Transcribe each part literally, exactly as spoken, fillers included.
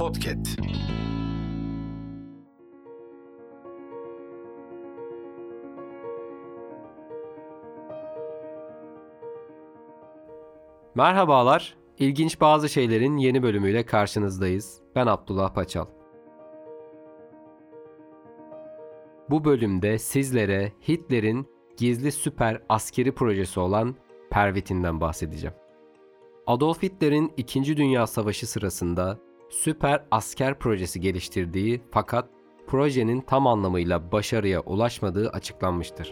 Podcast. Merhabalar, İlginç Bazı Şeylerin yeni bölümüyle karşınızdayız. Ben Abdullah Paçal. Bu bölümde sizlere Hitler'in gizli süper askeri projesi olan Pervitin'den bahsedeceğim. Adolf Hitler'in İkinci Dünya Savaşı sırasında süper asker projesi geliştirdiği fakat projenin tam anlamıyla başarıya ulaşmadığı açıklanmıştır.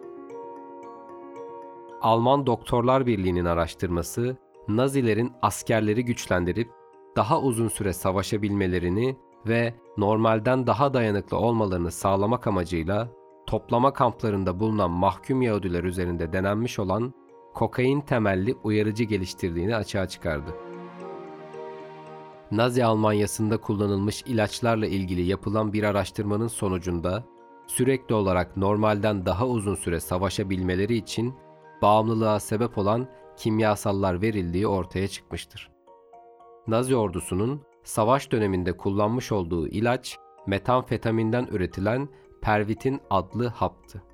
Alman Doktorlar Birliği'nin araştırması, Nazilerin askerleri güçlendirip daha uzun süre savaşabilmelerini ve normalden daha dayanıklı olmalarını sağlamak amacıyla toplama kamplarında bulunan mahkum Yahudiler üzerinde denenmiş olan kokain temelli uyarıcı geliştirdiğini açığa çıkardı. Nazi Almanyası'nda kullanılmış ilaçlarla ilgili yapılan bir araştırmanın sonucunda sürekli olarak normalden daha uzun süre savaşabilmeleri için bağımlılığa sebep olan kimyasallar verildiği ortaya çıkmıştır. Nazi ordusunun savaş döneminde kullanmış olduğu ilaç, metamfetaminden üretilen Pervitin adlı haptı.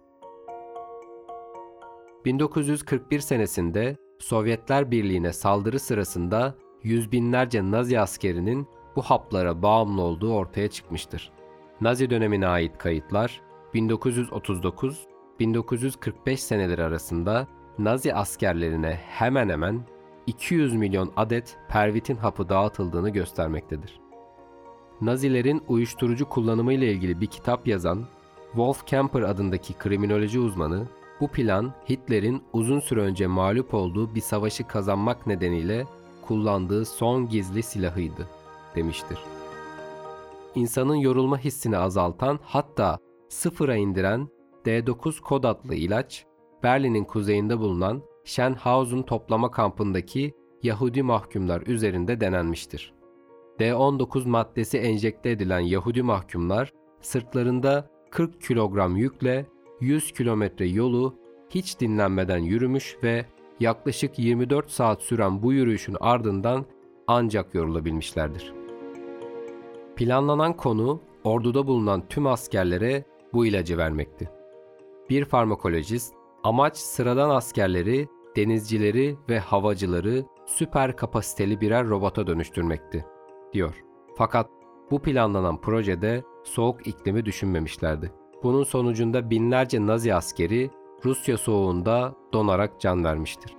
bin dokuz yüz kırk bir senesinde Sovyetler Birliği'ne saldırı sırasında yüz binlerce Nazi askerinin bu haplara bağımlı olduğu ortaya çıkmıştır. Nazi dönemine ait kayıtlar bin dokuz yüz otuz dokuz - bin dokuz yüz kırk beş seneleri arasında Nazi askerlerine hemen hemen iki yüz milyon adet Pervitin hapı dağıtıldığını göstermektedir. Nazilerin uyuşturucu kullanımı ile ilgili bir kitap yazan Wolf Kemper adındaki kriminoloji uzmanı, bu plan Hitler'in uzun süre önce mağlup olduğu bir savaşı kazanmak nedeniyle kullandığı son gizli silahıydı, demiştir. İnsanın yorulma hissini azaltan, hatta sıfıra indiren D dokuz kod adlı ilaç, Berlin'in kuzeyinde bulunan Schönhausen toplama kampındaki Yahudi mahkumlar üzerinde denenmiştir. D on dokuz maddesi enjekte edilen Yahudi mahkumlar, sırtlarında kırk kilogram yükle yüz kilometre yolu hiç dinlenmeden yürümüş ve yaklaşık yirmi dört saat süren bu yürüyüşün ardından ancak yorulabilmişlerdir. Planlanan konu, orduda bulunan tüm askerlere bu ilacı vermekti. Bir farmakolojist, amaç sıradan askerleri, denizcileri ve havacıları süper kapasiteli birer robota dönüştürmekti, diyor. Fakat bu planlanan projede soğuk iklimi düşünmemişlerdi. Bunun sonucunda binlerce Nazi askeri Rusya soğuğunda donarak can vermiştir.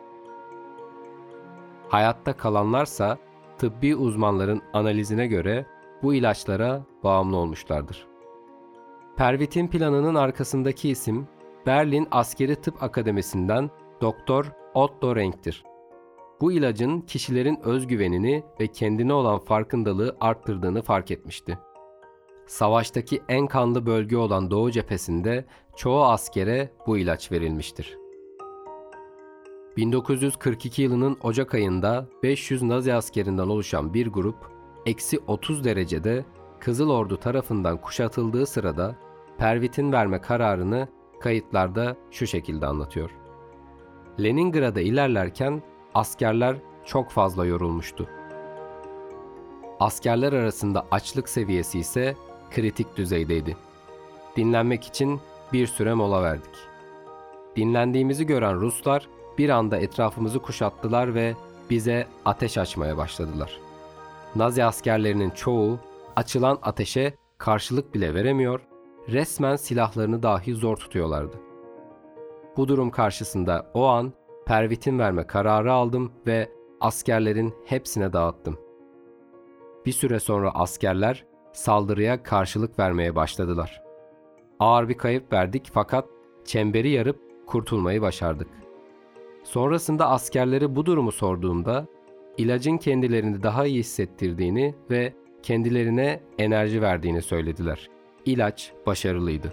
Hayatta kalanlarsa tıbbi uzmanların analizine göre bu ilaçlara bağımlı olmuşlardır. Pervitin planının arkasındaki isim Berlin Askeri Tıp Akademisi'nden Doktor Otto Renk'tir. Bu ilacın kişilerin özgüvenini ve kendine olan farkındalığı arttırdığını fark etmişti. Savaştaki en kanlı bölge olan Doğu cephesinde çoğu askere bu ilaç verilmiştir. bin dokuz yüz kırk iki yılının Ocak ayında beş yüz Nazi askerinden oluşan bir grup, eksi otuz derecede Kızıl Ordu tarafından kuşatıldığı sırada Pervitin verme kararını kayıtlarda şu şekilde anlatıyor. Leningrad'a ilerlerken askerler çok fazla yorulmuştu. Askerler arasında açlık seviyesi ise kritik düzeydeydi. Dinlenmek için bir süre mola verdik. Dinlendiğimizi gören Ruslar bir anda etrafımızı kuşattılar ve bize ateş açmaya başladılar. Nazi askerlerinin çoğu açılan ateşe karşılık bile veremiyor, resmen silahlarını dahi zor tutuyorlardı. Bu durum karşısında o an Pervitin verme kararı aldım ve askerlerin hepsine dağıttım. Bir süre sonra askerler saldırıya karşılık vermeye başladılar. Ağır bir kayıp verdik fakat çemberi yarıp kurtulmayı başardık. Sonrasında askerlere bu durumu sorduğumda ilacın kendilerini daha iyi hissettirdiğini ve kendilerine enerji verdiğini söylediler. İlaç başarılıydı.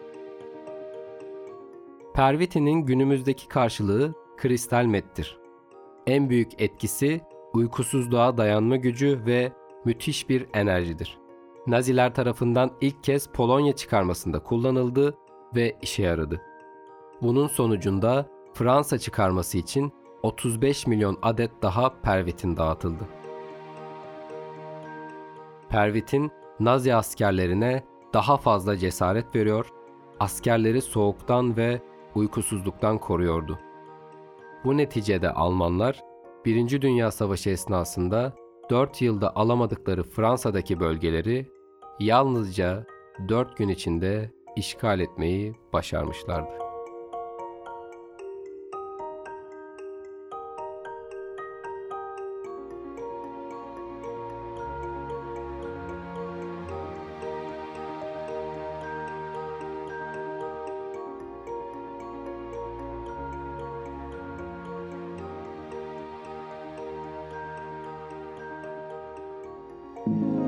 Pervitin'in günümüzdeki karşılığı kristal mettir. En büyük etkisi uykusuzluğa dayanma gücü ve müthiş bir enerjidir. Naziler tarafından ilk kez Polonya çıkarmasında kullanıldı ve işe yaradı. Bunun sonucunda Fransa çıkarması için otuz beş milyon adet daha Pervitin dağıtıldı. Pervit'in Nazi askerlerine daha fazla cesaret veriyor, askerleri soğuktan ve uykusuzluktan koruyordu. Bu neticede Almanlar, Birinci Dünya Savaşı esnasında dört yılda alamadıkları Fransa'daki bölgeleri yalnızca dört gün içinde işgal etmeyi başarmışlardı.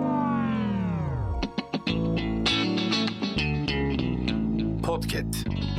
Podcast.